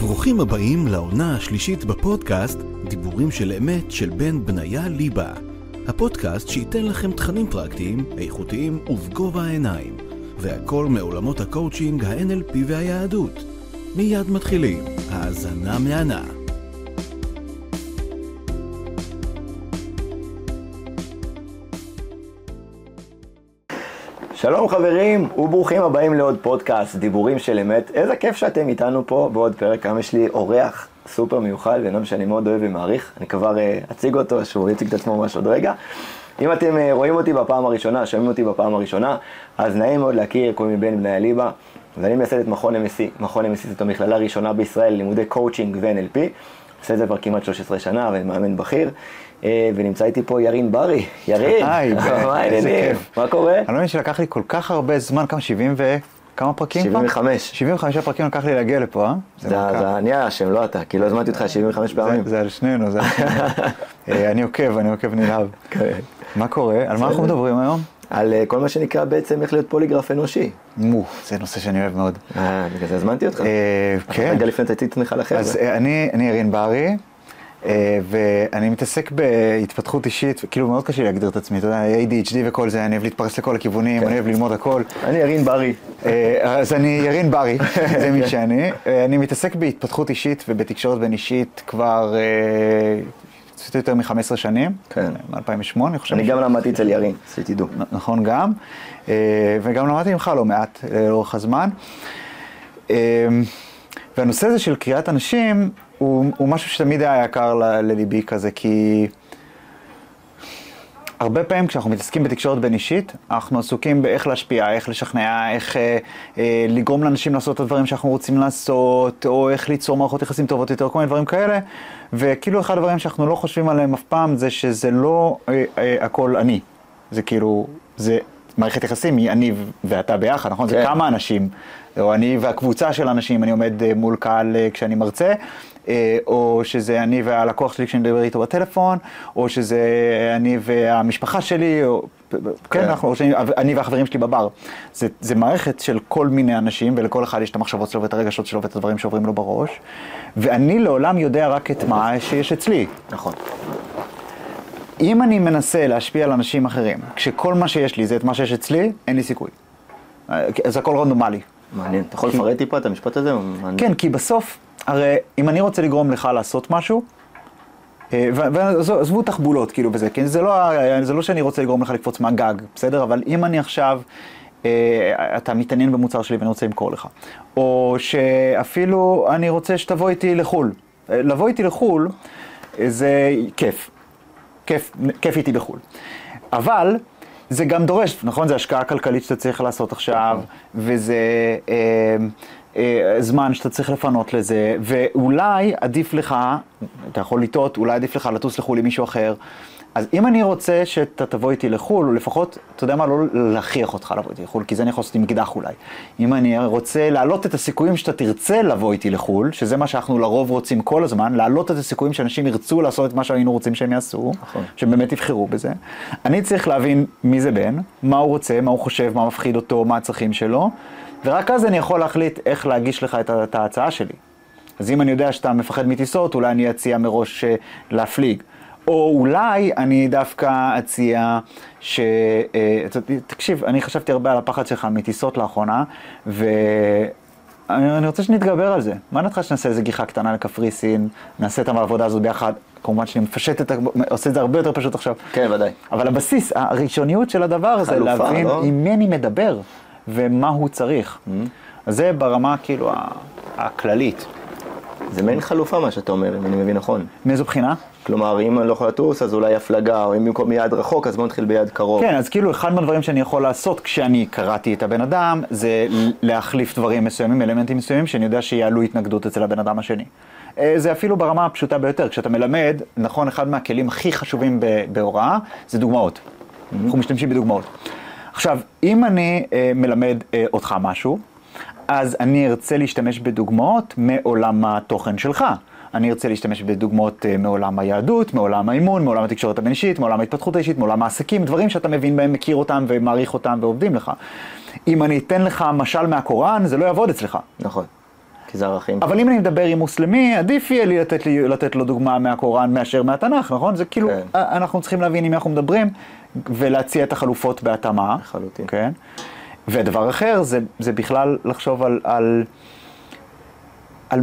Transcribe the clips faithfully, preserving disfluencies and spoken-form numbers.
ברוכים הבאים לעונה השלישית בפודקאסט דיבורים של אמת של בן בניה ליבה. הפודקאסט שייתן לכם תכנים פרקטיים, איכותיים ובגובה העיניים. והכל מעולמות הקואוצ'ינג, ה-אן אל פי והיהדות. מיד מתחילים. האזנה מהנה. שלום חברים, וברוכים הבאים לעוד פודקאסט, דיבורים של אמת. איזה כיף שאתם איתנו פה בעוד פרק. היום יש לי אורח סופר מיוחד, ואינם שאני מאוד אוהב ומעריך. אני כבר uh, אציג אותו, שהוא יציג את עצמו ממש עוד רגע. אם אתם uh, רואים אותי בפעם הראשונה, שומעים אותי בפעם הראשונה, אז נעים מאוד להכיר, קוראים לי בן בניה ליבה. ואני מייסד את מכון אם אס סי. מכון אם אס סי זאת המכללה הראשונה בישראל, לימודי קואוצ'ינג ו-אן אל פי. עושה את זה כבר כמעט שלוש עשרה שנה, ואני מאמן בכיר. ונמצא איתי פה ירין ברי. ירין, היי, איזה כיף. מה קורה? אני לא מבין שלקח לי כל כך הרבה זמן, כמה שבעים ו... כמה פרקים כבר? שבעים וחמש. שבעים וחמש פרקים לקח לי להגיע לפה, אה? זה אני השם, לא אתה, כי לא הזמנתי אותך שבעים וחמש פעמים. זה על שנינו, זה על שנינו. אני עוקב, אני עוקב נלהב. מה קורה? על מה אנחנו מדברים היום? על כל מה שנקרא בעצם איך להיות פוליגרף אנושי. מו, זה נושא שאני אוהב מאוד. אה, בגלל זה הזמנתי אותך. כן. רגע לפני תציג את עצמך לחבר'ה. אז אני ירין ברי. ואני מתעסק בהתפתחות אישית, כאילו מאוד קשה להגדיר את עצמי, אתה יודע, איי די אייץ' די וכל זה, אני אוהב להתפרס לכל הכיוונים, אני אוהב ללמוד הכל. אני ירין ברי. אז אני ירין ברי, זה מי שאני. אני מתעסק בהתפתחות אישית ובתקשורת בין אישית כבר קצת יותר מ-חמש עשרה שנים, מ-אלפיים ושמונה, אני חושב. אני גם למדתי אצל ירין, שתדעו. נכון גם, וגם למדתי ממך לא מעט לאורך הזמן. והנושא הזה של קריאת אנשים, הוא, הוא משהו שתמיד היה יקר ל, לליבי כזה, כי הרבה פעמים כשאנחנו מתעסקים בתקשורת בין אישית, אנחנו עסוקים באיך להשפיע, איך לשכנע, איך אה, אה, לגרום לאנשים לעשות את הדברים שאנחנו רוצים לעשות, או איך ליצור מערכות יחסים טובות יותר, כל מיני דברים כאלה, וכאילו אחד הדברים שאנחנו לא חושבים עליהם אף פעם, זה שזה לא אה, אה, הכל אני, זה כאילו, זה מערכת יחסים, היא אני ואתה ביחד, נכון? כן. זה כמה אנשים, או אני והקבוצה של אנשים, אני עומד מול קהל כשאני מרצה, או שזה אני והלקוח שלי כשאני מדבר איתו בטלפון, או שזה אני והמשפחה שלי, או, כן, אנחנו, או שאני והחברים שלי בבר. זה, זה מערכת של כל מיני אנשים, ולכל אחד יש את המחשבות שלו ואת הרגשות שלו ואת הדברים שעוברים לו בראש, ואני לעולם יודע רק את מה שיש אצלי. נכון. אם אני מנסה להשפיע על אנשים אחרים, כשכל מה שיש לי זה את מה שיש אצלי, אין לי סיכוי. זה הכל רנדומלי. מעניין. אתה יכול לפרט טיפה את המשפט הזה? כן, כי בסוף, הרי אם אני רוצה לגרום לך לעשות משהו, ועזבו תחבולות כאילו בזה, כי זה לא, זה לא שאני רוצה לגרום לך לקפוץ מהגג, בסדר? אבל אם אני עכשיו, אתה מתעניין במוצר שלי ואני רוצה למכור לך, או שאפילו אני רוצה שתבוא איתי לחול. לבוא איתי לחול זה כיף. כיף, כיף איתי בחול. אבל זה גם דורש, נכון? זה השקעה כלכלית שאתה צריך לעשות עכשיו, וזה אה, אה, זמן שאתה צריך לפנות לזה, ואולי עדיף לך, אתה יכול לטעות, אולי עדיף לך לטוס לחול עם מישהו אחר. אז אם אני רוצה שאתה תבוא איתי לחול, או לפחות, אתה יודע מה, לא להכריח אותך לבוא איתי לחול, כי זה אני יכול לעשות עם גדח אולי. אם אני רוצה להעלות את הסיכויים שאתה תרצה לבוא איתי לחול, שזה מה שאנחנו לרוב רוצים כל הזמן, להעלות את הסיכויים שאנשים ירצו לעשות את מה שהיינו רוצים שהם יעשו, נכון. שהם באמת יבחרו בזה. אני צריך להבין מי זה בן, מה הוא רוצה, מה הוא חושב, מה מפחיד אותו, מה הצרכים שלו, ורק אז אני יכול להחליט איך להגיש לך את, את ההצעה שלי. אז אם אני יודע שאתה מפחד מטיסות, אולי אני אציע מראש להפליג. או אולי אני דווקא אציע ש... תקשיב, אני חשבתי הרבה על הפחד שלך מטיסות לאחרונה, ואני רוצה שנתגבר על זה. מה נתך שנעשה איזה גיחה קטנה לקפריסין, נעשה את העבודה הזאת ביחד, כמובן שאני מפשט את... עושה את זה הרבה יותר פשוט עכשיו. כן, ודאי. אבל הבסיס, הראשוניות של הדבר הזה, להבין לא? עם מי אני מדבר, ומה הוא צריך. Mm-hmm. אז זה ברמה כאילו הכללית. זה מעין חלופה מה שאתה אומר, אם אני מבין נכון. מאיזו בחינה? כלומר, אם אני לא יכול לטוס, אז אולי הפלגה, או אם במקום מיד רחוק, אז בוא נתחיל ביד קרוב. כן, אז כאילו, אחד מהדברים שאני יכול לעשות כשאני קראתי את הבן אדם, זה להחליף דברים מסוימים, אלמנטים מסוימים, שאני יודע שיעלו התנגדות אצל הבן אדם השני. זה אפילו ברמה הפשוטה ביותר. כשאתה מלמד, נכון, אחד מהכלים הכי חשובים בהוראה, זה דוגמאות. Mm-hmm. אנחנו משתמשים בדוגמאות. עכשיו, אם אני אה, מלמד אה, אותך משהו, אז אני ארצה להשתמש בדוגמאות מעולם התוכן שלך. אני ארצה להשתמש בדוגמאות מעולם היהדות, מעולם האימון, מעולם התקשורת הבין-אישית, מעולם ההתפתחות האישית, מעולם העסקים, דברים שאתה מבין בהם, מכיר אותם ומעריך אותם ועובדים לך. אם אני אתן לך משל מהקוראן, זה לא יעבוד אצלך. נכון. כי זה ערכים. אבל אם אני מדבר עם מוסלמי, עדיף יהיה לי לתת, לי, לתת לו דוגמה מהקוראן מאשר מהתנ"ך, נכון? זה כאילו, כן. אנחנו צריכים להבין עם מי אנחנו מדברים, ולהציע את החלופות בהתאמה. לחלוטין. כן? ודבר אחר, זה, זה בכלל לחשוב על, על, על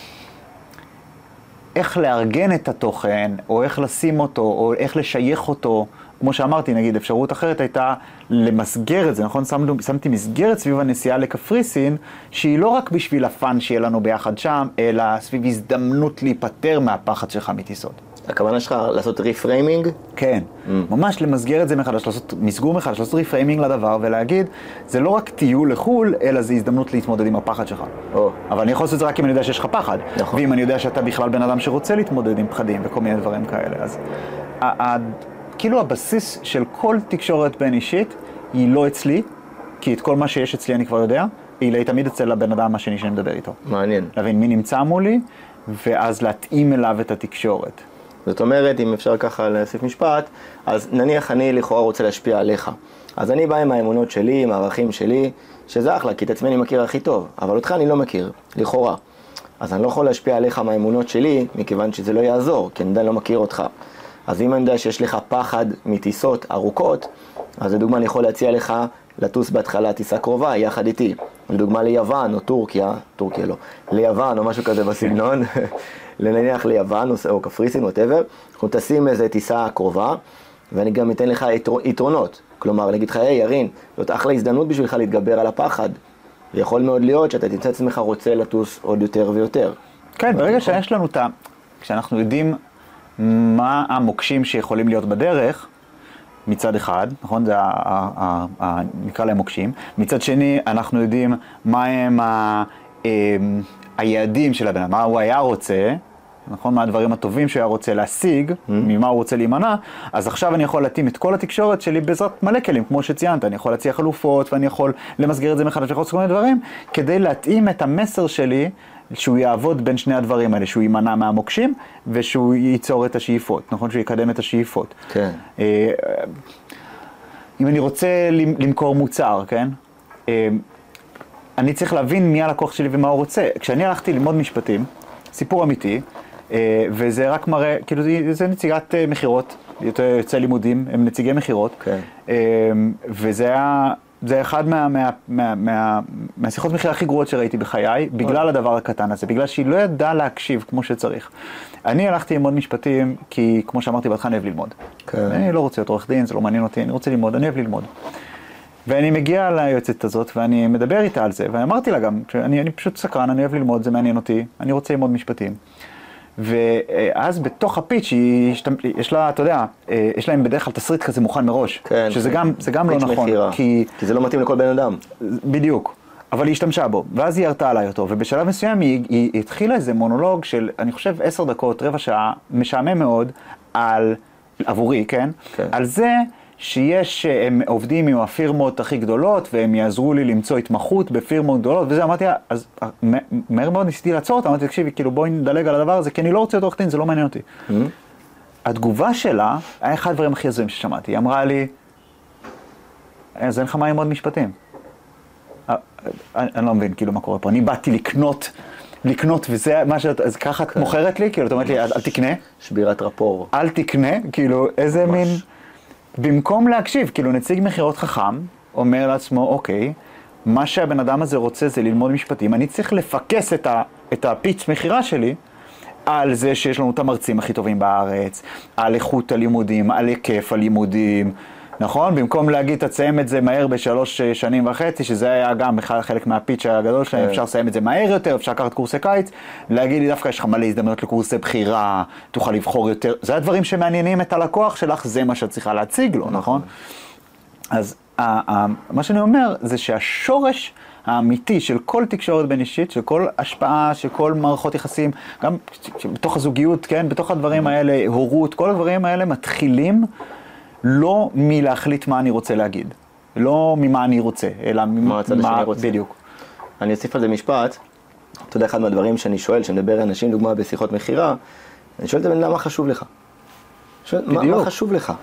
איך לארגן את התוכן, או איך לשים אותו, או איך לשייך אותו. כמו שאמרתי, נגיד, אפשרות אחרת הייתה למסגר את זה, נכון? שמתי, שמתי מסגרת סביב הנסיעה לקפריסין, שהיא לא רק בשביל הפן שיהיה לנו ביחד שם, אלא סביב הזדמנות להיפטר מהפחד שלך מטיסות. הכוונה שלך לעשות ריפריימינג? כן, mm. ממש למסגר את זה מחדש, לעשות מסגור מחדש, לעשות ריפריימינג לדבר ולהגיד, זה לא רק טיול לחול, אלא זה הזדמנות להתמודד עם הפחד שלך. Oh. אבל אני יכול לעשות את זה רק אם אני יודע שיש לך פחד. נכון. ואם אני יודע שאתה בכלל בן אדם שרוצה להתמודד עם פחדים וכל מיני דברים כאלה. אז ה- ה- כאילו הבסיס של כל תקשורת בין אישית היא לא אצלי, כי את כל מה שיש אצלי אני כבר יודע, היא תמיד אצל הבן אדם השני שאני מדבר איתו. מעניין. להבין מי נמצא מולי, ואז להתאים אליו את התקשורת. זאת אומרת, אם אפשר ככה להוסיף משפט, אז נניח אני לכאורה רוצה להשפיע עליך. אז אני בא עם האמונות שלי, עם הערכים שלי, שזה אחלה, כי את עצמי אני מכיר הכי טוב, אבל אותך אני לא מכיר, לכאורה. אז אני לא יכול להשפיע עליך מהאמונות שלי, מכיוון שזה לא יעזור, כי אני עדיין לא מכיר אותך. אז אם אני יודע שיש לך פחד מטיסות ארוכות, אז לדוגמה אני יכול להציע לך לטוס בהתחלה טיסה קרובה, יחד איתי. לדוגמה ליוון או טורקיה, טורקיה לא, ליוון או משהו כזה בסגנון, לנניח ליוון או קפריסין, whatever, אנחנו טסים איזו טיסה קרובה, ואני גם אתן לך יתרונות. כלומר, נגיד לך, היי ירין, זאת אחלה הזדמנות בשבילך להתגבר על הפחד. ויכול מאוד להיות שאתה תמצא את עצמך רוצה לטוס עוד יותר ויותר. כן, ברגע שיש לנו את ה... כשאנחנו יודעים מה המוקשים שיכולים להיות בדרך, מצד אחד, נכון? זה ה, ה, ה, ה, נקרא להם מוקשים. מצד שני, אנחנו יודעים מה הם ה, היעדים של הבן אדם, מה הוא היה רוצה, נכון? מה הדברים הטובים שהוא היה רוצה להשיג, mm-hmm. ממה הוא רוצה להימנע. אז עכשיו אני יכול להתאים את כל התקשורת שלי בעזרת מלא כלים, כמו שציינת. אני יכול להציע חלופות, ואני יכול למסגר את זה מחדש, ויכול לעשות כל מיני דברים, כדי להתאים את המסר שלי, שהוא יעבוד בין שני הדברים האלה, שהוא יימנע מהמוקשים, ושהוא ייצור את השאיפות, נכון? שהוא יקדם את השאיפות. כן. אם אני רוצה למכור מוצר, כן? אני צריך להבין מי הלקוח שלי ומה הוא רוצה. כשאני הלכתי ללמוד משפטים, סיפור אמיתי, וזה רק מראה, כאילו זה נציגת מחירות, יוצא לימודים, הם נציגי מחירות, כן. וזה היה... זה אחד מה, מה, מה, מה, מהשיחות מחיר הכי גרועות שראיתי בחיי, בגלל הדבר הקטן הזה, בגלל שהיא לא ידעה להקשיב כמו שצריך. אני הלכתי ללמוד משפטים, כי כמו שאמרתי בהתחלה, אני אוהב ללמוד. כן. אני לא רוצה להיות עורך דין, זה לא מעניין אותי, אני רוצה ללמוד, אני אוהב ללמוד. ואני מגיע ליועצת הזאת, ואני מדבר איתה על זה, ואמרתי לה גם, שאני אני פשוט סקרן, אני אוהב ללמוד, זה מעניין אותי, אני רוצה ללמוד משפטים. ואז בתוך הפיץ' יש לה, אתה יודע, יש להם בדרך כלל תסריט כזה מוכן מראש, כן, שזה כן. גם, זה גם לא נכון, כי... כי זה לא מתאים לכל בן אדם. בדיוק, אבל היא השתמשה בו, ואז היא הרתה עליי אותו, ובשלב מסוים היא, היא התחילה איזה מונולוג של, אני חושב, עשר דקות, רבע שעה, משעמם מאוד, על, עבורי, כן? כן. על זה שיש, הם עובדים עם הפירמות הכי גדולות, והם יעזרו לי למצוא התמחות בפירמות גדולות, וזה אמרתי, אז מהר מאוד ניסיתי לעצור אותה, אמרתי, תקשיבי, כאילו בואי נדלג על הדבר הזה, כי אני לא רוצה להיות עורך דין, זה לא מעניין אותי. Mm-hmm. התגובה שלה, היה אחד הדברים הכי הזויים ששמעתי, היא אמרה לי, אז אין לך מה ללמוד משפטים. אני לא מבין, כאילו, מה קורה פה, אני באתי לקנות, לקנות, וזה מה שאת, אז ככה את מוכרת לי, כאילו, את אומרת לי, אל תקנה. שבירת רפור. אל תקנה, כאילו, איזה מין... במקום להקשיב, כאילו נציג מחירות חכם אומר לעצמו, אוקיי, מה שהבן אדם הזה רוצה זה ללמוד משפטים, אני צריך לפקס את, ה, את הפיץ מחירה שלי על זה שיש לנו את המרצים הכי טובים בארץ, על איכות הלימודים, על היקף הלימודים, נכון? במקום להגיד, תסיים את זה מהר בשלוש שנים וחצי, שזה היה גם חלק מהפיץ' הגדול שלהם, אפשר לסיים את זה מהר יותר, אפשר לקחת קורסי קיץ, להגיד לי דווקא יש לך מלא הזדמנויות לקורסי בחירה, תוכל לבחור יותר, זה הדברים שמעניינים את הלקוח שלך, זה מה שאת צריכה להציג לו, נכון? אז מה שאני אומר זה שהשורש האמיתי של כל תקשורת בין אישית, של כל השפעה, של כל מערכות יחסים, גם בתוך הזוגיות, כן, בתוך הדברים האלה, הורות, כל הדברים האלה מתחילים לא מלהחליט מה אני רוצה להגיד, לא ממה אני רוצה, אלא מה הצד שאני רוצה. בדיוק. אני אוסיף על זה משפט, אתה יודע, אחד מהדברים שאני שואל, שמדבר אנשים, דוגמה בשיחות מחירה, אני שואל את הבן אדם, מה חשוב לך? שואל, מה, מה חשוב לך?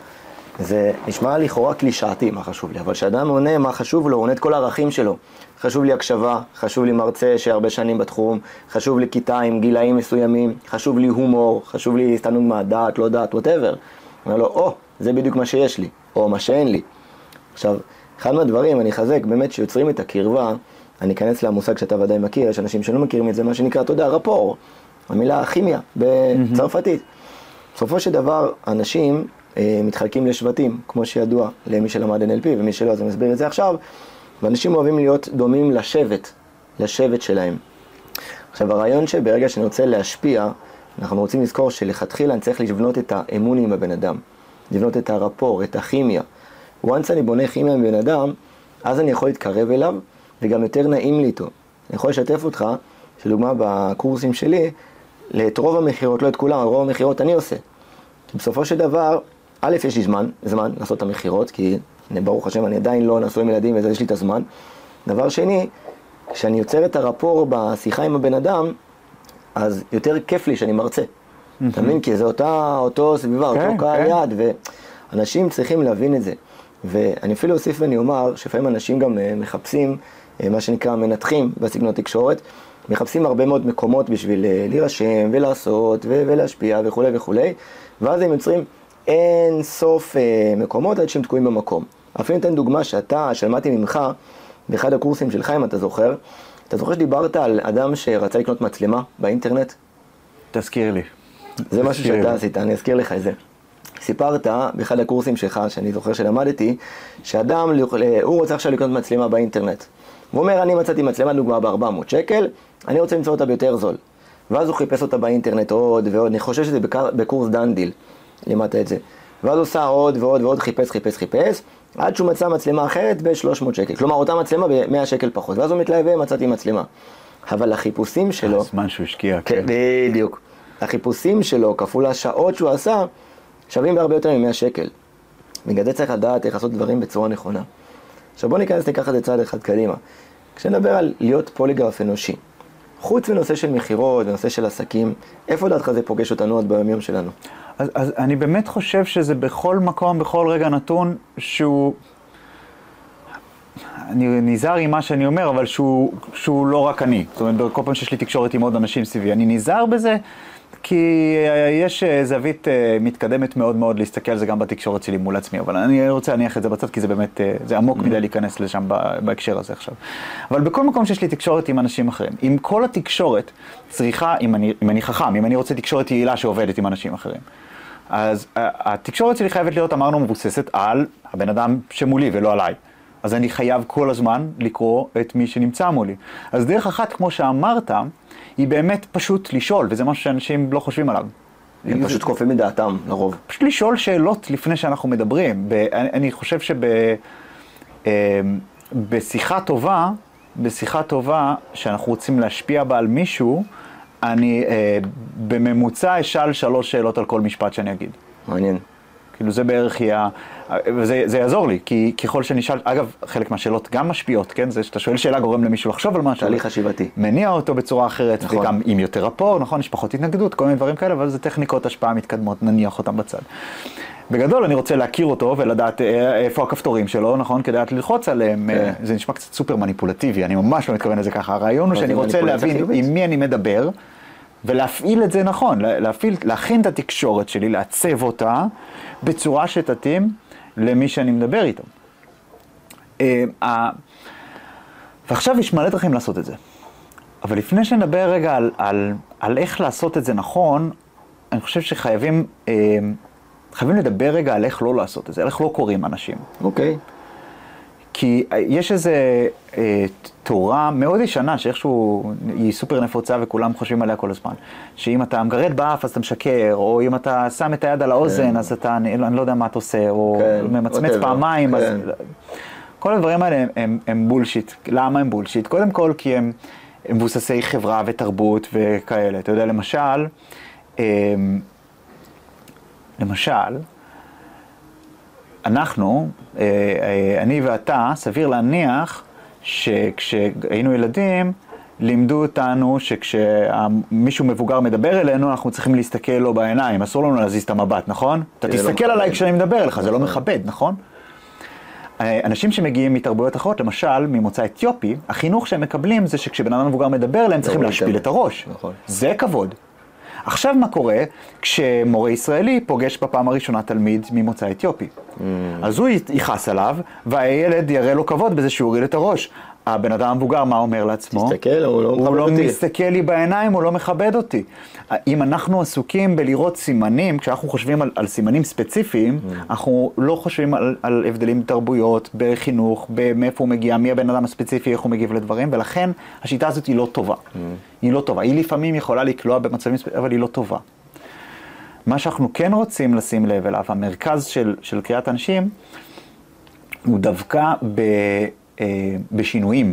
זה נשמע לכאורה קלישאתי מה חשוב לי, אבל כשאדם עונה מה חשוב לו, הוא עונה את כל הערכים שלו. חשוב לי הקשבה, חשוב לי מרצה שהרבה שנים בתחום, חשוב לי כיתה עם גילאים מסוימים, חשוב לי הומור, חשוב לי הסתנות מהדעת, לא דעת, whatever. הוא אומר לו, או, זה בדיוק מה שיש לי, או מה שאין לי. עכשיו, אחד מהדברים, אני חזק, באמת שיוצרים את הקרבה, אני אכנס למושג שאתה ודאי מכיר, יש אנשים שלא מכירים את זה, מה שנקרא, אתה יודע, רפור, המילה כימיה בצרפתית. בסופו של דבר, אנשים אה, מתחלקים לשבטים, כמו שידוע למי שלמד אן אל פי, ומי שלא, אז אני מסביר את זה עכשיו, ואנשים אוהבים להיות דומים לשבט, לשבט שלהם. עכשיו, הרעיון שברגע שאני רוצה להשפיע, אנחנו רוצים לזכור שלכתחילה אני צריך לבנות את האמון עם הבן אדם, לבנות את הרפור, את הכימיה. once אני בונה כימיה עם בן אדם, אז אני יכול להתקרב אליו, וגם יותר נעים לי איתו. אני יכול לשתף אותך, שלדוגמה בקורסים שלי, את רוב המחירות, לא את כולם, רוב המחירות אני עושה. בסופו של דבר, א', יש לי זמן, זמן לעשות את המחירות, כי ברוך השם, אני עדיין לא נשוי עם ילדים, וזה יש לי את הזמן. דבר שני, כשאני יוצר את הרפור בשיחה עם הבן אדם, אז יותר כיף לי שאני מרצה. אתה מבין? כי זה אותה, אותו סביבה, אותו קהל יד, ואנשים צריכים להבין את זה. ואני אפילו אוסיף ואני אומר, שפעמים אנשים גם מחפשים, מה שנקרא מנתחים בסגנון תקשורת, מחפשים הרבה מאוד מקומות בשביל להירשם ולעשות ולהשפיע וכו' וכו'. ואז הם יוצרים אין סוף מקומות עד שהם תקועים במקום. אפילו ניתן דוגמה שאתה, שלמדתי ממך, באחד הקורסים שלך, אם אתה זוכר, אתה זוכר שדיברת על אדם שרצה לקנות מצלמה באינטרנט? תזכיר לי. זה משהו שאתה עשית, אני אזכיר לך את זה. סיפרת באחד הקורסים שלך, שאני זוכר שלמדתי, שאדם, הוא רוצה עכשיו לקנות מצלמה באינטרנט. הוא אומר, אני מצאתי מצלמה דוגמה ב-ארבע מאות שקל, אני רוצה למצוא אותה ביותר זול. ואז הוא חיפש אותה באינטרנט עוד ועוד, אני חושב שזה בקורס דנדיל, לימדת את זה. ואז הוא עושה עוד ועוד ועוד, חיפש, חיפש, חיפש, עד שהוא מצא מצלמה אחרת ב-שלוש מאות שקל. כלומר, אותה מצלמה ב-מאה שקל פחות. ואז הוא מתלהב, מצאתי מצלמה. אבל החיפושים שלו... הזמן שהוא השקיע, כן. בדיוק. החיפושים שלו, כפול השעות שהוא עשה, שווים בהרבה יותר מ-מאה שקל. בגלל זה צריך לדעת איך לעשות דברים בצורה נכונה. עכשיו בוא ניכנס לקחת את זה צעד אחד קדימה. כשנדבר על להיות פוליגרף אנושי, חוץ מנושא של מחירות ונושא של עסקים, איפה דעתך זה פוגש אותנו עוד ביום יום שלנו? אז, אז אני באמת חושב שזה בכל מקום, בכל רגע נתון, שהוא... אני נזהר עם מה שאני אומר, אבל שהוא, שהוא לא רק אני. זאת אומרת, כל פעם שיש לי תקשורת עם עוד אנשים סביבי, אני נזהר בזה, כי יש זווית מתקדמת מאוד מאוד להסתכל על זה גם בתקשורת שלי מול עצמי, אבל אני רוצה להניח את זה בצד, כי זה באמת, זה עמוק מדי להיכנס לשם בהקשר הזה עכשיו. אבל בכל מקום שיש לי תקשורת עם אנשים אחרים, עם כל התקשורת צריכה, אם אני, אם אני חכם, אם אני רוצה תקשורת יעילה שעובדת עם אנשים אחרים, אז התקשורת שלי חייבת להיות, אמרנו, מבוססת על הבן אדם שמולי ולא עליי. אז אני חייב כל הזמן לקרוא את מי שנמצא מולי. אז דרך אחת, כמו שאמרת, היא באמת פשוט לשאול, וזה משהו שאנשים לא חושבים עליו. הם פשוט קופים מדעתם, לרוב. פשוט לשאול שאלות לפני שאנחנו מדברים. אני חושב שבשיחה טובה, בשיחה טובה, שאנחנו רוצים להשפיע בה על מישהו, אני בממוצע אשאל שלוש שאלות על כל משפט שאני אגיד. מעניין. כאילו זה בערך יהיה, וזה זה יעזור לי, כי ככל שנשאל, אגב, חלק מהשאלות גם משפיעות, כן? זה שאתה שואל שאלה גורם למישהו לחשוב על משהו. תהליך חשיבתי. מניע אותו בצורה אחרת, נכון. וגם עם יותר רפור, נכון? יש פחות התנגדות, כל מיני דברים כאלה, אבל זה טכניקות השפעה מתקדמות, נניח אותם בצד. בגדול אני רוצה להכיר אותו ולדעת איפה הכפתורים שלו, נכון? כדי ללחוץ עליהם, כן. זה נשמע קצת סופר מניפולטיבי, אני ממש לא מתכוון לזה ככה. הרעיון הוא שאני רוצה להבין עם מי אני מדבר, ולהפעיל את זה נכון, להפעיל, להכין את התקשורת שלי, לעצב אותה בצורה שתתאים למי שאני מדבר איתו. ועכשיו יש מלא דרכים לעשות את זה. אבל לפני שנדבר רגע על, על, על איך לעשות את זה נכון, אני חושב שחייבים חייבים לדבר רגע על איך לא לעשות את זה, על איך לא קוראים אנשים. אוקיי. כי יש איזו אה, תורה מאוד ישנה, שאיכשהו היא סופר נפוצה וכולם חושבים עליה כל הזמן. שאם אתה מגרד באף אז אתה משקר, או אם אתה שם את היד על האוזן, כן. אז אתה, אני, אני לא יודע מה אתה עושה, או כן. ממצמץ whatever. פעמיים. כן. אז, כל הדברים האלה הם, הם, הם בולשיט. למה הם בולשיט? קודם כל כי הם, הם מבוססי חברה ותרבות וכאלה. אתה יודע, למשל, אה, למשל, אנחנו, אני ואתה, סביר להניח שכשהיינו ילדים, לימדו אותנו שכשמישהו מבוגר מדבר אלינו, אנחנו צריכים להסתכל לו בעיניים, אסור לנו להזיז את המבט, נכון? אתה תסתכל עליי כשאני מדבר אליך, זה לא מכבד, נכון? אנשים שמגיעים מתרבויות אחרות, למשל ממוצא אתיופי, החינוך שהם מקבלים זה שכשבן אדם מבוגר מדבר אליהם צריכים להשפיל את הראש. זה כבוד. עכשיו מה קורה כשמורה ישראלי פוגש בפעם הראשונה תלמיד ממוצא אתיופי? אז הוא יכעס עליו, והילד יראה לו כבוד בזה שהוא יוריד את הראש. הבן אדם המבוגר, מה אומר לעצמו? תסתכל, הוא לא מכבד אותי. הוא לא מסתכל לי בעיניים, הוא לא מכבד אותי. אם אנחנו עסוקים בלראות סימנים, כשאנחנו חושבים על, על סימנים ספציפיים, mm. אנחנו לא חושבים על, על הבדלים בתרבויות, בחינוך, מאיפה הוא מגיע, מי הבן אדם הספציפי, איך הוא מגיב לדברים, ולכן השיטה הזאת היא לא טובה. Mm. היא לא טובה. היא לפעמים יכולה לקלוע במצבים ספציפיים, אבל היא לא טובה. מה שאנחנו כן רוצים לשים לב אליו, המרכז של, של קריאת אנשים, הוא דווקא ב... בשינויים.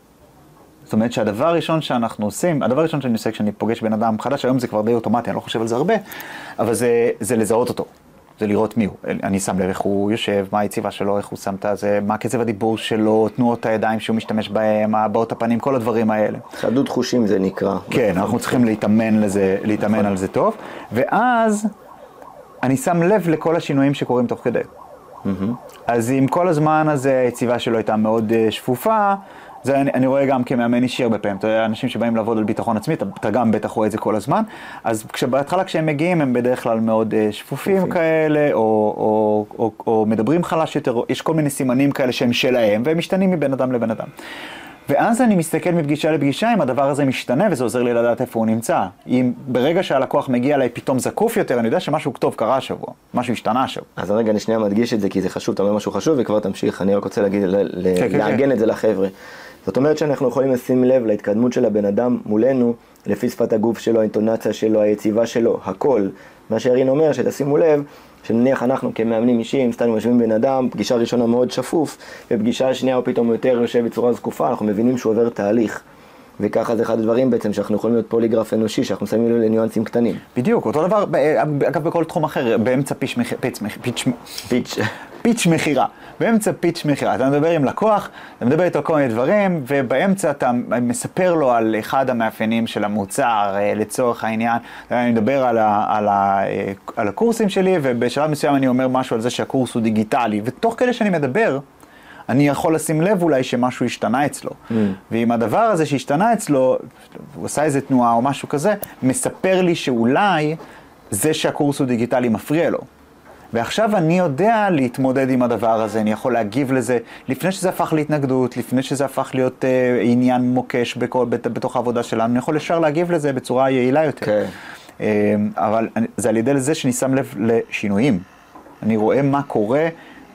זאת אומרת שהדבר הראשון שאנחנו עושים, הדבר הראשון שאני עושה כשאני פוגש בן אדם חדש, היום זה כבר די אוטומטי, אני לא חושב על זה הרבה, אבל זה, זה לזהות אותו, זה לראות מי הוא. אני שם לב איך הוא יושב, מה היציבה שלו, איך הוא שם את זה, מה קצב הדיבור שלו, תנועות הידיים שהוא משתמש בהם, הבעות הפנים, כל הדברים האלה. חדות חושים זה נקרא. כן, אנחנו צריכים להתאמן לזה, להתאמן על זה טוב, ואז אני שם לב לכל השינויים שקורים תוך כדי. אז אם כל הזמן הזה היציבה שלו הייתה מאוד שפופה, זה אני, אני רואה גם כמאמן אישי הרבה פעמים. אתה יודע, אנשים שבאים לעבוד על ביטחון עצמי, אתה, אתה גם בטח רואה את זה כל הזמן. אז בהתחלה כשהם מגיעים, הם בדרך כלל מאוד שפופים כאלה, או, או, או, או מדברים חלש יותר, או יש כל מיני סימנים כאלה שהם שלהם, והם משתנים מבין אדם לבן אדם. ואז אני מסתכל מפגישה לפגישה, אם הדבר הזה משתנה, וזה עוזר לי לדעת איפה הוא נמצא. אם ברגע שהלקוח מגיע אליי פתאום זקוף יותר, אני יודע שמשהו טוב קרה השבוע, משהו השתנה השבוע. אז רגע, אני שנייה מדגיש את זה, כי זה חשוב, אתה אומר משהו חשוב, וכבר תמשיך, אני רק רוצה להגיד, לעגן את זה לחבר'ה. זאת אומרת שאנחנו יכולים לשים לב להתקדמות של הבן אדם מולנו, לפי שפת הגוף שלו, האינטונציה שלו, היציבה שלו, הכל. מה שארין אומר, שתשימו לב, שנניח אנחנו כמאמנים אישיים, סתם יושבים בן אדם, פגישה ראשונה מאוד שפוף, ופגישה שנייה הוא פתאום יותר יושב בצורה זקופה, אנחנו מבינים שהוא עובר תהליך. וככה זה אחד הדברים בעצם שאנחנו יכולים להיות פוליגרף אנושי, שאנחנו שמים לו לניואנסים קטנים. בדיוק, אותו דבר, אגב בכל תחום אחר, באמצע פיץ' פיץ' פיץ' פיץ' מחירה. באמצע פיץ' מחירה. אתה מדבר עם לקוח, אתה מדבר איתו כל מיני דברים, ובאמצע אתה מספר לו על אחד המאפיינים של המוצר, לצורך העניין. אני מדבר על, ה, על, ה, על הקורסים שלי, ובשלב מסוים אני אומר משהו על זה שהקורס הוא דיגיטלי. ותוך כדי שאני מדבר, אני יכול לשים לב אולי שמשהו השתנה אצלו. Mm. ואם הדבר הזה שהשתנה אצלו, הוא עושה איזה תנועה או משהו כזה, מספר לי שאולי זה שהקורס הוא דיגיטלי מפריע לו. ועכשיו אני יודע להתמודד עם הדבר הזה, אני יכול להגיב לזה, לפני שזה הפך להתנגדות, לפני שזה הפך להיות אה, עניין מוקש בכל, בת, בתוך העבודה שלנו, אני יכול ישר להגיב לזה בצורה יעילה יותר. Okay. אה, אבל זה על ידי לזה שאני שם לב לשינויים. אני רואה מה קורה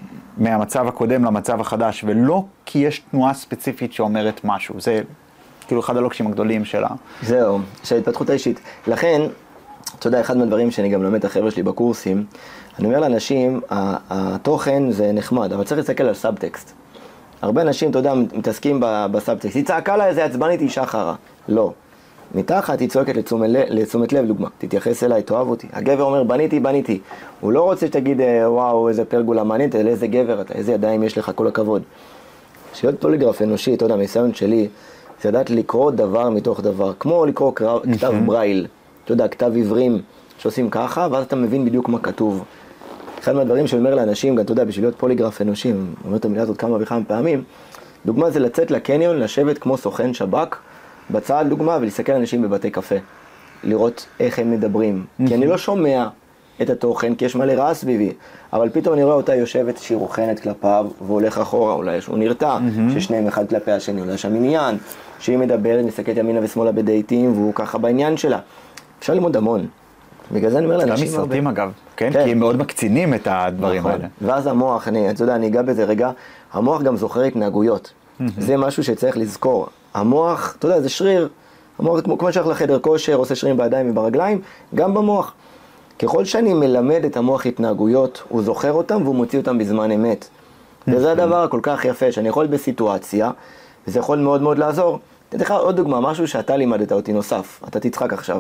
מהמצב הקודם למצב החדש, ולא כי יש תנועה ספציפית שאומרת משהו. זה כאילו אחד הלוקשים הגדולים שלה. זהו, של ההתפתחות האישית. לכן, אתה יודע, אחד מהדברים שאני גם לומד את החבר'ה שלי בקורסים, אני אומר לאנשים, התוכן זה נחמד, אבל צריך להסתכל על סאבטקסט. הרבה אנשים, אתה יודע, מתעסקים בסאבטקסט. היא צעקה לה איזה עצבנית אישה חרה. לא. מתחת היא צועקת לתשומת לב, דוגמה. תתייחס אליי, תאהב אותי. הגבר אומר, בניתי, בניתי. הוא לא רוצה שתגיד, וואו, איזה פרגולה מעניינת, אלא איזה גבר אתה, איזה ידיים יש לך, כל הכבוד. להיות פוליגרף אנושי, אתה יודע, מהניסיון שלי, זה לדעת לקרוא דבר מתוך דבר. כמו לקרוא כתב ברייל. אתה יודע, כתב עיוורים שעושים ככה, ואז אתה מבין בדיוק מה כתוב. אחד מהדברים שאומר לאנשים, גם אתה יודע, בשביל להיות פוליגרף אנושי, אומר את המילה הזאת כמה וכמה פעמים, דוגמה זה לצאת לקניון, לשבת כמו סוכן שב"כ, בצד דוגמה, ולהסתכל אנשים בבתי קפה. לראות איך הם מדברים. כי אני לא שומע את התוכן, כי יש מלא רע סביבי. אבל פתאום אני רואה אותה יושבת שהיא רוחנת כלפיו, והולך אחורה, אולי שהוא נרתע, ששניהם אחד כלפי השני, אולי שם עניין, שהיא מדברת, מסתכלת ימינה ושמאלה בדייטים, והוא ככה בעניין שלה. אפשר ללמוד המון. בגלל זה אני אומר לאנשים הרבה. גם מסרטים אגב, כן? כי הם מאוד מקצינים את הדברים האלה. ואז המוח, אני, אתה יודע, אני אגע בזה רגע, המוח גם זוכר התנהגויות. זה משהו שצריך לזכור. המוח, אתה יודע, זה שריר. המוח, כמו, כמו שהלך לחדר כושר, עושה שרירים בידיים וברגליים, גם במוח. ככל שאני מלמד את המוח התנהגויות, הוא זוכר אותם והוא מוציא אותם בזמן אמת. וזה הדבר הכל כך יפה, שאני יכול בסיטואציה, וזה יכול מאוד מאוד לעזור. תתן לך עוד דוגמה, משהו שאתה לימדת אותי נוסף, אתה תצחק עכשיו.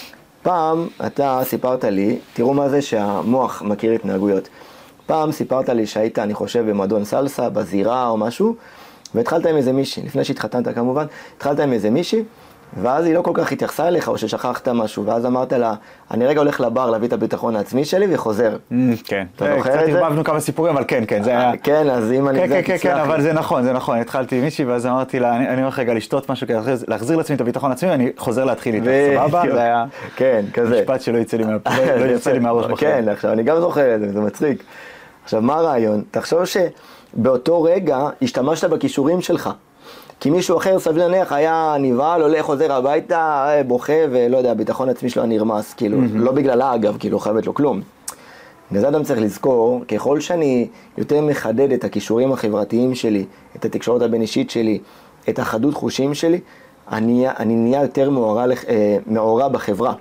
פעם אתה סיפרת לי, תראו מה זה שהמוח מכיר התנהגויות. פעם סיפרת לי שהיית, אני חושב, במועדון סלסה, בזירה או משהו, והתחלת עם איזה מישהי, לפני שהתחתנת כמובן, התחלת עם איזה מישהי, ואז היא לא כל כך התייחסה אליך, או ששכחת משהו, ואז אמרת לה, אני רגע הולך לבר להביא את הביטחון העצמי שלי וחוזר. כן, אתה זוכר את זה? קצת הרבבנו כמה סיפורים, אבל כן, כן, זה היה... כן, אז אם אני... כן, כן, כן, אבל זה נכון, זה נכון, התחלתי עם מישהי, ואז אמרתי לה, אני הולך רגע לשתות משהו, להחזיר לעצמי את הביטחון העצמי, ואני חוזר להתחיל איתך, סבבה? זה היה משפט שלא יצא לי מהראש בחיים. כן, עכשיו, אני גם זוכר את זה, זה מצחיק. עכשיו, מה הרעיון? תחשוב שבאותו רגע השתמשת בכישורים שלך. כי מישהו אחר סביר להניח היה נבהל, הולך, חוזר הביתה, בוכה, ולא יודע, הביטחון עצמי שלו נרמס, כאילו, לא בגללה אגב, כאילו, חייבת לו כלום. וזה אדם צריך לזכור, ככל שאני יותר מחדד את הכישורים החברתיים שלי, את התקשורת הבין אישית שלי, את החדות חושים שלי, אני, אני נהיה יותר מעורה, מעורה בחברה.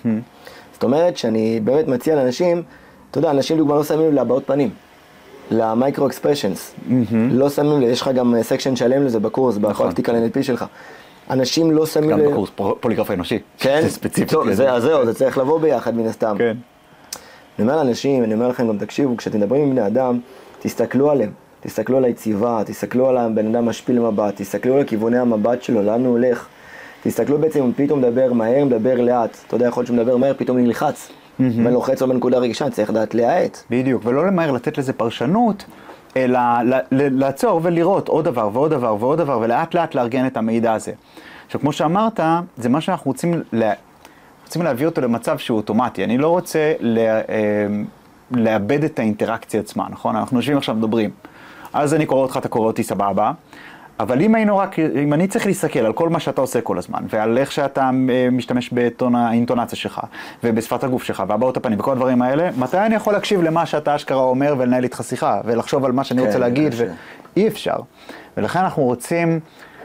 זאת אומרת שאני באמת מציע לאנשים, אתה יודע, אנשים דוגמה לא שמים להבעות פנים. למייקרו אקספרשנס, לא שמים, יש לך גם סקשן שלם לזה בקורס, בפרקטיקל אן אל פי שלך. אנשים לא שמים... גם בקורס פוליגרף האנושי. כן? זה ספציפית. זהו, זה צריך לבוא ביחד מן הסתם. כן. אני אומר לאנשים, אני אומר לכם גם תקשיבו, כשאתם מדברים עם בני אדם, תסתכלו עליהם, תסתכלו על היציבה, תסתכלו על הבן אדם משפיל מבט, תסתכלו על כיווני המבט שלו, לאן הוא הולך. תסתכלו בעצם, אם פתאום מדבר מהר, מדבר לאט. אתה יודע, יכול להיות שהוא מדבר מהר, פתאום נלחץ. ולוחץ לו בנקודה רגישה, צריך לדעת להאט. בדיוק, ולא למהר לתת לזה פרשנות, אלא לעצור ולראות עוד דבר ועוד דבר ועוד דבר, ולאט לאט לארגן את המידע הזה. עכשיו, כמו שאמרת, זה מה שאנחנו רוצים, לה... רוצים להביא אותו למצב שהוא אוטומטי. אני לא רוצה לה... לאבד את האינטראקציה עצמה, נכון? אנחנו יושבים עכשיו מדברים. אז אני קורא אותך, אתה קורא אותי סבבה. אבל אם היינו רק, אם אני צריך להסתכל על כל מה שאתה עושה כל הזמן, ועל איך שאתה משתמש באינטונציה שלך, ובשפת הגוף שלך, והבעות הפנים, וכל הדברים האלה, מתי אני יכול להקשיב למה שאתה אשכרה אומר, ולנהל איתך שיחה, ולחשוב על מה שאני רוצה להגיד, ואי אפשר. ולכן אנחנו רוצים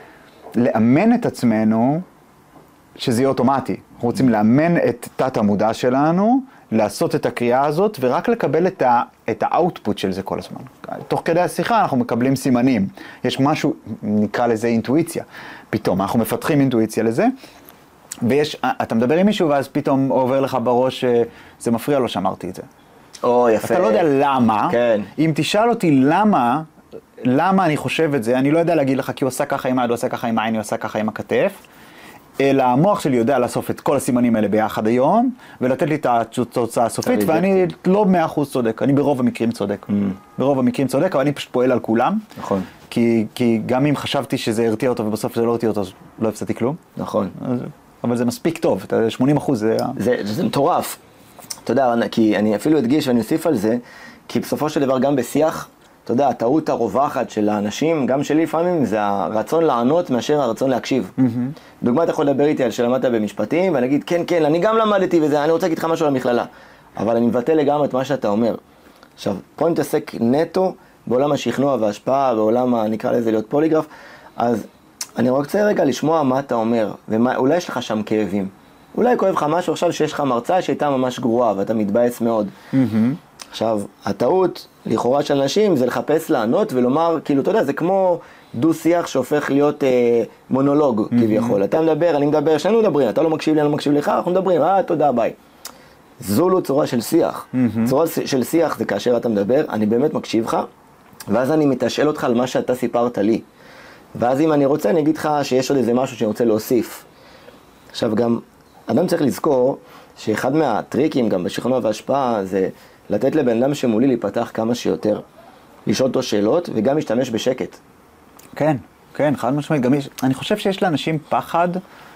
לאמן את עצמנו, שזה יהיה אוטומטי. אנחנו רוצים לאמן את תת המודע שלנו, לעשות את הקריאה הזאת, ורק לקבל את ה, את האוטפוט של זה כל הזמן. תוך כדי השיחה אנחנו מקבלים סימנים. יש משהו, נקרא לזה אינטואיציה. פתאום, אנחנו מפתחים אינטואיציה לזה, ויש, אתה מדבר עם מישהו, ואז פתאום עובר לך בראש, זה מפריע לו שאמרתי את זה. או, יפה. אתה לא יודע למה. כן. אם תשאל אותי למה, למה אני חושב את זה, אני לא יודע להגיד לך, כי הוא עושה ככה עם היד, הוא עושה ככה עם העין, הוא עושה ככה עם הכתף, אלא המוח שלי יודע לאסוף את כל הסימנים האלה ביחד היום, ולתת לי את התוצאה הסופית, ואני לא מאה אחוז צודק, אני ברוב המקרים צודק. ברוב המקרים צודק, אבל אני פשוט פועל על כולם. נכון. כי, כי גם אם חשבתי שזה הרתיע אותו, ובסוף זה לא הרתיע אותו, אז לא הפסדתי כלום. נכון. אבל זה מספיק טוב, שמונים אחוז זה... זה, זה מטורף. אתה יודע, כי אני אפילו אדגיש ואני אוסיף על זה, כי בסופו של דבר גם בשיח, אתה יודע, הטעות הרווחת של האנשים, גם שלי לפעמים, זה הרצון לענות מאשר הרצון להקשיב. Mm-hmm. דוגמה, אתה יכול לדבר איתי על שלמדת במשפטים, ואני אגיד, כן, כן, אני גם למדתי וזה, אני רוצה להגיד לך משהו על המכללה. אבל אני מבטא לגמרי את מה שאתה אומר. עכשיו, פה אני מתעסק נטו בעולם השכנוע וההשפעה, בעולם, נקרא לזה להיות פוליגרף, אז אני רוצה רגע לשמוע מה אתה אומר, ואולי יש לך שם כאבים. אולי כואב לך משהו עכשיו שיש לך מרצה שהייתה ממש גרועה, ואתה מתבאס מאוד. Mm-hmm. עכשיו, הטעות, לכאורה של אנשים, זה לחפש לענות ולומר, כאילו, אתה יודע, זה כמו דו-שיח שהופך להיות אה, מונולוג, mm-hmm. כביכול. אתה מדבר, אני מדבר, שנינו מדברים, אתה לא מקשיב לי, אני לא מקשיב לך, אנחנו מדברים, אה, תודה, ביי. זו לא צורה של שיח. Mm-hmm. צורה של שיח זה כאשר אתה מדבר, אני באמת מקשיב לך, ואז אני מתשאל אותך על מה שאתה סיפרת לי. ואז אם אני רוצה, אני אגיד לך שיש עוד איזה משהו שאני רוצה להוסיף. עכשיו, גם, אדם צריך לזכור שאחד מהטריקים, גם בשכנוע וההשפעה, זה לתת לבן אדם שמולי להיפתח כמה שיותר, לשאול אותו שאלות וגם להשתמש בשקט. כן, כן, חד משמעית. גם יש, אני חושב שיש לאנשים פחד,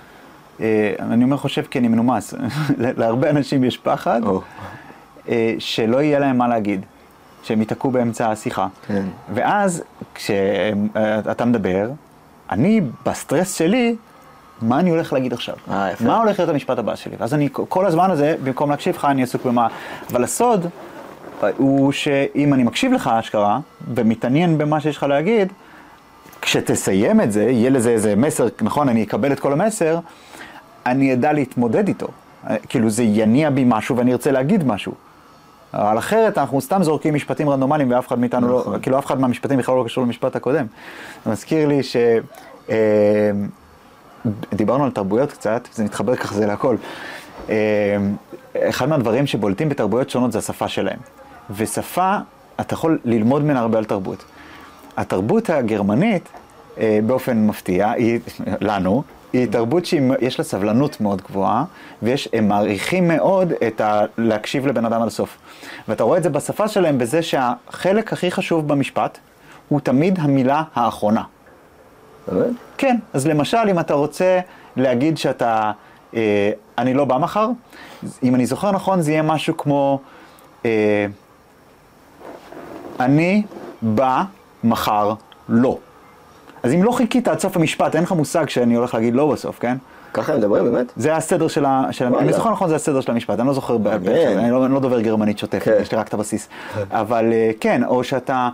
אה, אני אומר חושב כי אני מנומס, להרבה אנשים יש פחד, oh. אה, שלא יהיה להם מה להגיד, שהם ייתקעו באמצע השיחה. כן. ואז כשאתה מדבר, אני בסטרס שלי, מה אני הולך להגיד עכשיו? אה, יפה. מה הולך להיות המשפט הבא שלי? ואז אני, כל הזמן הזה, במקום להקשיב לך, אני עסוק במה. אבל הסוד הוא שאם אני מקשיב לך אשכרה, ומתעניין במה שיש לך להגיד, כשתסיים את זה, יהיה לזה איזה מסר, נכון, אני אקבל את כל המסר, אני אדע להתמודד איתו. כאילו זה יניע בי משהו ואני ארצה להגיד משהו. אבל אחרת אנחנו סתם זורקים משפטים רנדומליים ואף אחד מאיתנו לא, כאילו אף אחד מהמשפטים בכלל לא קשור למשפט הקודם. זה מזכיר לי ש... דיברנו על תרבויות קצת, זה מתחבר ככה זה להכל. אחד מהדברים שבולטים בתרבויות שונות זה השפה שלהם. ושפה, אתה יכול ללמוד ממנה הרבה על תרבות. התרבות הגרמנית באופן מפתיע, היא, לנו, היא תרבות שיש לה סבלנות מאוד גבוהה, והם מעריכים מאוד את ה... להקשיב לבן אדם עד הסוף. ואתה רואה את זה בשפה שלהם, בזה שהחלק הכי חשוב במשפט, הוא תמיד המילה האחרונה. באמת? כן, אז למשל, אם אתה רוצה להגיד שאתה, אה, אני לא בא מחר, אם אני זוכר נכון, זה יהיה משהו כמו, אה, אני בא מחר לא. אז אם לא חיכית עד סוף המשפט, אין לך מושג שאני הולך להגיד לא בסוף, כן? ככה הם מדברים, באמת? זה הסדר של ה... של... אני זוכר נכון, זה הסדר של המשפט, אני לא זוכר, ב... אני, לא, אני לא דובר גרמנית שוטפת, כן. יש לי רק את הבסיס. אבל כן, או שאתה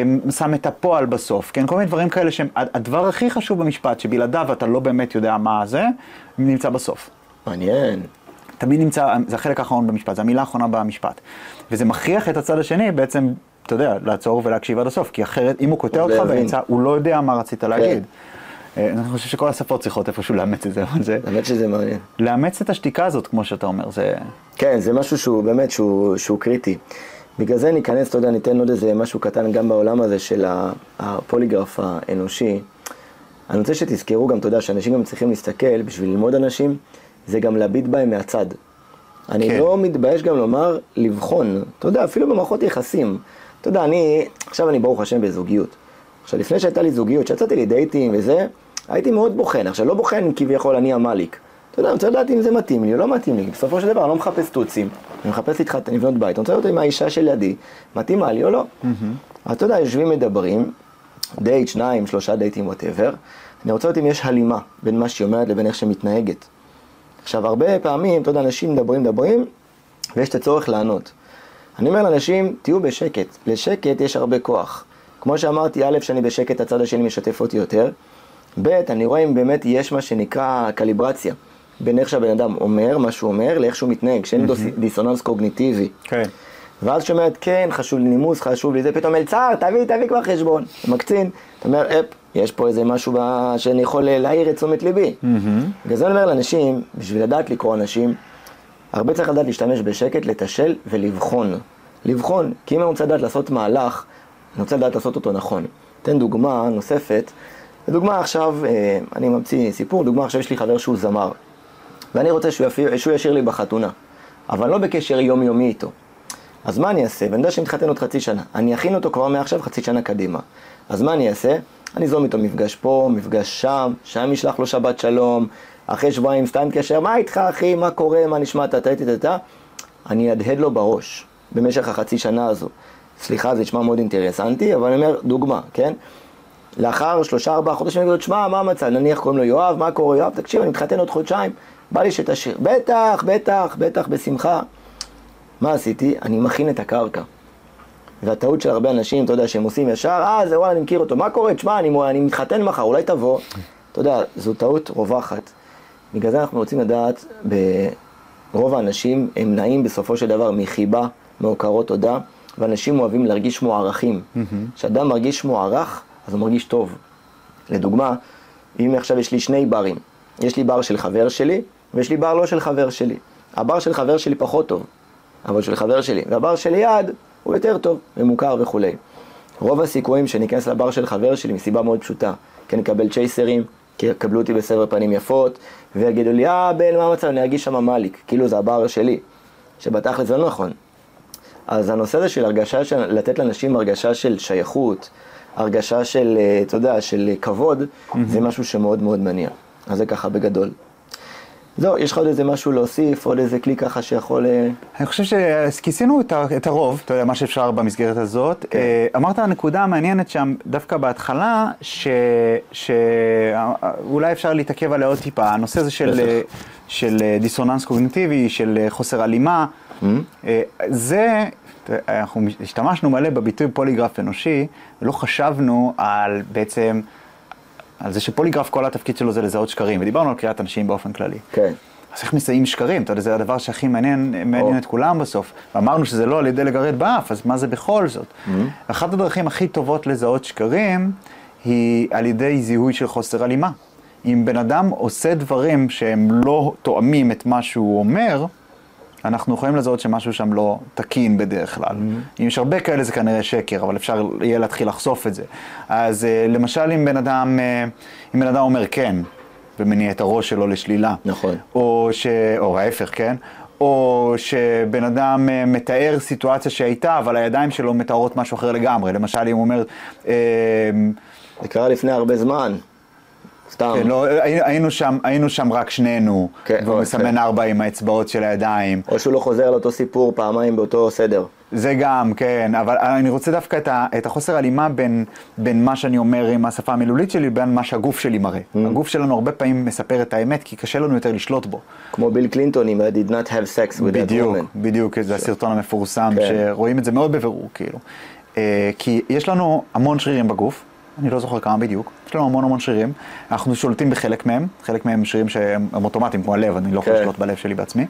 שם את הפועל בסוף, כן? כל מיני דברים כאלה שהם... הדבר הכי חשוב במשפט, שבלעדיו אתה לא באמת יודע מה זה, נמצא בסוף. מעניין. תמיד נמצא, זה החלק האחרון במשפט, זה המילה האחרונה במשפט. וזה מכריח את הצד השני בעצם, אתה יודע, לעצור ולהקשיב עד הסוף, כי אחרת, אם הוא קוטע אותך באמצע, הוא לא יודע מה רצית להגיד. אני חושב שכל השפות צריכות איפשהו לאמץ את זה, אבל זה... האמת שזה מעניין. לאמץ את השתיקה הזאת, כמו שאתה אומר, זה... כן, זה משהו שהוא באמת, שהוא, שהוא קריטי. בגלל זה ניכנס, אתה יודע, ניתן עוד איזה משהו קטן גם בעולם הזה של הפוליגרף האנושי. אני רוצה שתזכרו גם, אתה יודע, שאנשים גם צריכים להסתכל, בשביל ללמוד אנשים, זה גם להביט בהם מהצד. אני כן. לא מתבייש גם לומר, לבחון, אתה יודע, אפילו במערכות יחסים. אתה יודע, אני, עכשיו אני ברוך השם בזוגיות. עכשיו, לפני שהייתה לי זוגיות, שיצאתי לי דייטים וזה, הייתי מאוד בוחן. עכשיו, לא בוחן כביכול אני המליק. אתה יודע, אני רוצה לדעת אם זה מתאים לי או לא מתאים לי. בסופו של דבר, אני לא מחפש טוצים. אני מחפש להתחתן, לבנות בית. אני רוצה לדעת אם האישה של ידי מתאימה לי או לא. אז אתה יודע, יושבים מדברים, דייט, שניים, שלושה דייטים, whatever. אני רוצה לדעת אם יש הלימה בין מה שהיא אומרת לבין איך שמתנהגת. עכשיו, הרבה פעמים, אתה יודע, אנשים מדברים, מדברים, ויש את הצורך לענות. אני אומר לאנשים, תהיו בשקט. לשקט יש הרבה כוח. כמו שאמרתי, א', שאני בשקט, הצד השני משתף אותי יותר. ב', אני רואה אם באמת יש מה שנקרא קליברציה. בין איך שהבן אדם אומר, מה שהוא אומר, לאיך שהוא מתנהג, שאין mm-hmm. דיסוננס קוגניטיבי. כן. ואז שאומרת, כן, חשוב לי נימוס, חשוב לי זה, פתאום מלצר, תביא, תביא כבר חשבון. מקצין, אתה אומר, אפ, יש פה איזה משהו בה... שאני יכול להעיר את תשומת ליבי. Mm-hmm. וזה אני אומר לאנשים, בשביל לדעת לקרוא אנשים, הרבה צריך לדעת להשתמש בשקט, לתשל ולבחון. לבחון, כי אם אני רוצה לדעת לעשות מהלך, אני רוצה לדעת לעשות אותו נכון. תן דוגמה נוספת. לדוגמה עכשיו, אני ממציא סיפור, דוגמה עכשיו יש לי חבר שהוא זמר. ואני רוצה שהוא, יפיר, שהוא ישיר לי בחתונה. אבל לא בקשר יומיומי איתו. אז מה אני אעשה? ואני יודע שמתחתן עוד חצי שנה. אני אכין אותו כבר מעכשיו חצי שנה קדימה. אז מה אני אעשה? אני זום איתו מפגש פה, מפגש שם, שם ישלח לו שבת שלום, אחרי שבועיים סתם קשר, מה איתך אחי, מה קורה, מה נשמע, תתתתתת. אני אדהד לו בראש במשך החצי שנה הזו. סליחה, זה נשמע מאוד אינטרסנטי, אבל אני אומר, דוגמה, כן? לאחר שלושה, ארבעה חודשים, אני אגיד לו, תשמע, מה המצב? נניח קוראים לו יואב, מה קורה יואב? תקשיב, אני מתחתן עוד חודשיים, בא לי שתשיר. בטח, בטח, בטח, בשמחה. מה עשיתי? אני מכין את הקרקע. והטעות של הרבה אנשים, אתה יודע, שהם עושים ישר, אה, זה וואלה, אני מכיר אותו, מה קורה? תשמע, אני, אני מתחתן מחר, אולי תבוא. אתה יודע, זו טעות רווחת. בגלל זה אנחנו רוצים לדעת, ברוב האנשים הם נעים בסופו של דבר מחיבה, מהוקרות תודה, ואנשים אוהבים להרגיש מוערכים. כשאדם מרגיש מוערך, אז הוא מרגיש טוב. לדוגמה, אם עכשיו יש לי שני ברים, יש לי בר של חבר שלי, ויש לי בר לא של חבר שלי. הבר של חבר שלי פחות טוב, אבל של חבר שלי. והבר של ליד הוא יותר טוב, ומוכר וכו'. רוב הסיכויים שניכנס לבר של חבר שלי מסיבה מאוד פשוטה. כי נקבל צ'ייסרים, כי יקבלו אותי בסבר פנים יפות, ויגידו לי, אה, בן, מה המצב? אני ארגיש שם מליק. כאילו זה הבר שלי. שבתכל'ס זה לא נכון. אז הנושא הזה של הרגשה, של, לתת לאנשים הרגשה של שייכות, הרגשה של, אתה יודע, של כבוד, mm-hmm. זה משהו שמאוד מאוד מניע. אז זה ככה בגדול. זהו, יש לך עוד איזה משהו להוסיף, עוד איזה כלי ככה שיכול... אני חושב שכיסינו את הרוב, אתה יודע, מה שאפשר במסגרת הזאת. כן. אמרת הנקודה המעניינת שם, דווקא בהתחלה, שאולי אפשר להתעכב עליה עוד טיפה. הנושא הזה של, של דיסוננס קוגניטיבי, של חוסר הלימה, mm-hmm. זה... אנחנו השתמשנו מלא בביטוי פוליגרף אנושי, ולא חשבנו על בעצם, על זה שפוליגרף כל התפקיד שלו זה לזהות שקרים, ודיברנו על קריאת אנשים באופן כללי. כן. אז איך מסייעים שקרים? אתה יודע, זה הדבר שהכי מעניין, מעניין את כולם בסוף. ואמרנו שזה לא על ידי לגרד באף, אז מה זה בכל זאת? Mm-hmm. אחת הדרכים הכי טובות לזהות שקרים, היא על ידי זיהוי של חוסר הלימה. אם בן אדם עושה דברים שהם לא תואמים את מה שהוא אומר, אנחנו יכולים לזהות שמשהו שם לא תקין בדרך כלל. Mm-hmm. אם יש הרבה כאלה זה כנראה שקר, אבל אפשר יהיה להתחיל לחשוף את זה. אז למשל אם בן אדם, אם בן אדם אומר כן, ומניע את הראש שלו לשלילה. נכון. או ש... או ההפך, כן? או שבן אדם מתאר סיטואציה שהייתה, אבל הידיים שלו מתארות משהו אחר לגמרי. למשל אם הוא אומר... זה קרה לפני הרבה זמן. סתם. כן, לא, היינו שם, היינו שם רק שנינו, כן, והוא מסמן ארבע עם האצבעות של הידיים. או שהוא לא חוזר על אותו סיפור פעמיים באותו סדר. זה גם, כן, אבל אני רוצה דווקא את, ה, את החוסר הלימה בין, בין מה שאני אומר עם השפה המילולית שלי, בין מה שהגוף שלי מראה. Mm. הגוף שלנו הרבה פעמים מספר את האמת, כי קשה לנו יותר לשלוט בו. כמו ביל קלינטון עם I did not have sex with בדיוק, that woman. בדיוק, זה הסרטון המפורסם, כן. שרואים את זה מאוד בבירור, כאילו. כי יש לנו המון שרירים בגוף, אני לא זוכר כמה בדיוק, יש לנו המון המון שרירים, אנחנו שולטים בחלק מהם, חלק מהם שרירים שהם אוטומטיים כמו הלב, אני לא יכול לשלוט בלב שלי בעצמי,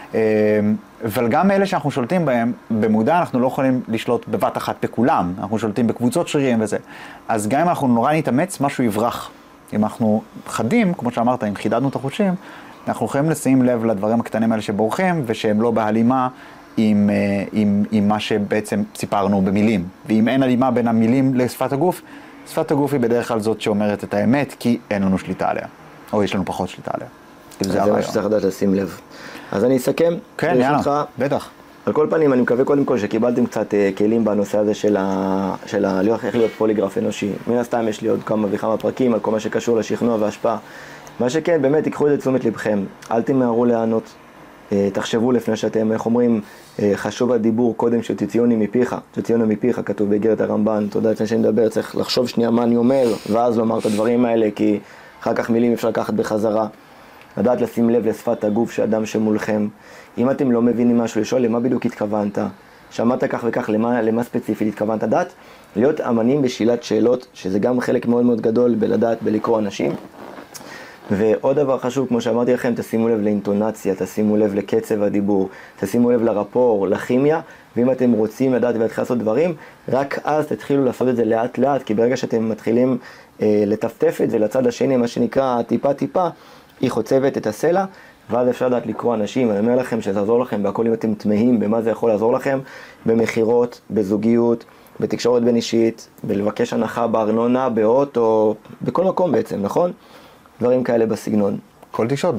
אבל גם אלה שאנחנו שולטים בהם, במודע אנחנו לא יכולים לשלוט בבת אחת בכולם, אנחנו שולטים בקבוצות שרירים וזה, אז גם אם אנחנו נורא נתאמץ, משהו יברח. אם אנחנו חדים, כמו שאמרת, אם חידדנו את החושים, אנחנו יכולים לשים לב לדברים הקטנים האלה שבורחים, ושהם לא בהלימה עם, עם, עם מה שבעצם סיפרנו במילים. ואם אין הלימה בין המילים לשפת הגוף, שפת הגוף היא בדרך כלל זאת שאומרת את האמת, כי אין לנו שליטה עליה, או יש לנו פחות שליטה עליה. זה, זה מה שצריך לדעת לשים לב. אז אני אסכם. כן, יאללה, בטח. על כל פנים, אני מקווה קודם כל שקיבלתם קצת uh, כלים בנושא הזה של, ה... של ה... איך להיות פוליגרף אנושי. מן הסתם יש לי עוד כמה וכמה פרקים על כל מה שקשור לשכנוע והשפעה. מה שכן, באמת, תיקחו את זה תשומת לבכם. אל תמהרו לענות. Uh, תחשבו לפני שאתם, איך אומרים, uh, חשוב הדיבור קודם שתציוני מפיך. תציוני מפיך, כתוב באיגרת הרמב"ן. תודה, לפני שאני מדבר, צריך לחשוב שנייה מה אני אומר, ואז לומר את הדברים האלה, כי אחר כך מילים אפשר לקחת בחזרה. לדעת לשים לב לשפת הגוף של אדם שמולכם. אם אתם לא מבינים משהו, לשאול למה בדיוק התכוונת, שמעת כך וכך, למה, למה ספציפית התכוונת, דעת, להיות אמנים בשאלת שאלות, שזה גם חלק מאוד מאוד גדול בלדעת, בלקרוא אנשים. ועוד דבר חשוב, כמו שאמרתי לכם, תשימו לב לאינטונציה, תשימו לב לקצב הדיבור, תשימו לב לרפור, לכימיה, ואם אתם רוצים לדעת ולהתחיל לעשות דברים, רק אז תתחילו לעשות את זה לאט לאט, כי ברגע שאתם מתחילים אה, לטפטף את זה לצד השני, מה שנקרא טיפה טיפה, היא חוצבת את הסלע, ואז אפשר לדעת לקרוא אנשים. אני אומר לכם שזה יעזור לכם בהכל אם אתם תמהים במה זה יכול לעזור לכם, במחירות, בזוגיות, בתקשורת בין אישית, בלבקש הנחה בארנונה, באוטו, בכל מקום בעצם, נכון? דברים כאלה בסגנון. כל תקשורת,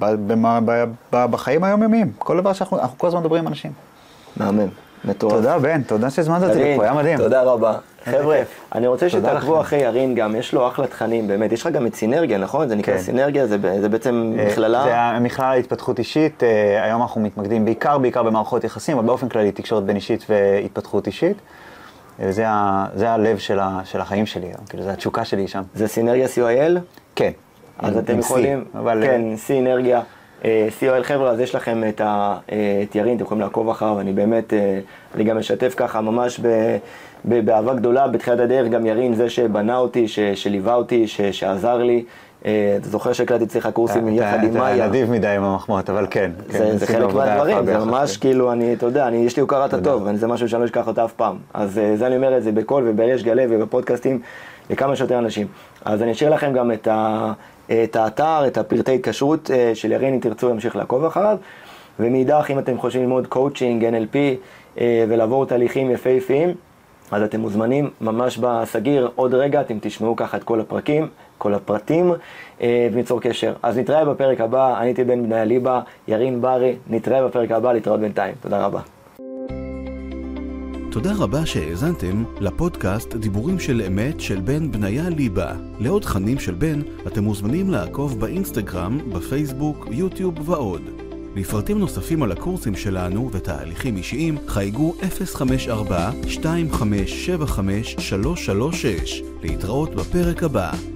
בחיים היומיומיים, כל דבר שאנחנו אנחנו כל הזמן מדברים עם אנשים. מהמם, מטורף. תודה בן, תודה שהזמנת אותי לפה, היה מדהים. תודה רבה. חבר'ה, אני רוצה שתעקבו אחרי ירין גם, יש לו אחלה תכנים, באמת, יש לך גם את סינרגיה, נכון? זה נקרא סינרגיה, זה בעצם מכללה? זה המכללה להתפתחות אישית, היום אנחנו מתמקדים בעיקר, בעיקר במערכות יחסים, אבל באופן כללי תקשורת בין אישית והתפתחות אישית, וזה הלב של החיים שלי, כאילו, זה התשוקה שלי שם. זה סינרגיה סי או איי אל? כן. אז אתם יכולים, כן, סינרגיה, סי או איי אל, חבר'ה, אז יש לכם את ירין, אתם יכולים לעקוב אחריו, אני באמת, אני גם משתף ככה ממש באהבה גדולה, בתחילת הדרך גם ירין, זה שבנה אותי, שליווה אותי, שעזר לי, אתה זוכר שהקלטתי צריך קורסים יחד עם מאיה. אתה נדיב מדי עם המחמאות, אבל כן. זה חלק מהדברים, זה ממש כאילו, אני, אתה יודע, יש לי הוקרת הטוב, זה משהו שאני לא אשכח אותה אף פעם, אז זה אני אומר את זה בקול ובריש גלי ובפודקאסטים לכמה שיותר אנשים. אז אני אשאיר לכם גם את ה... את האתר, את הפרטי התקשרות של ירין, אם תרצו להמשיך לעקוב אחריו. ומאידך, אם אתם חושבים ללמוד קואוצ'ינג, אן אל פי, ולעבור תהליכים יפהפיים, אז אתם מוזמנים ממש בסגיר. עוד רגע אתם תשמעו ככה את כל הפרקים, כל הפרטים, וניצור קשר. אז נתראה בפרק הבא, אני הייתי בן בניה ליבה, ירין ברי, נתראה בפרק הבא, להתראות בינתיים. תודה רבה. תודה רבה שהאזנתם לפודקאסט דיבורים של אמת של בן בניה ליבה. לעוד תכנים של בן אתם מוזמנים לעקוב באינסטגרם, בפייסבוק, יוטיוב ועוד. לפרטים נוספים על הקורסים שלנו ותהליכים אישיים חייגו אפס חמש ארבע שתיים חמש שבע חמש שלוש שלוש שש. להתראות בפרק הבא.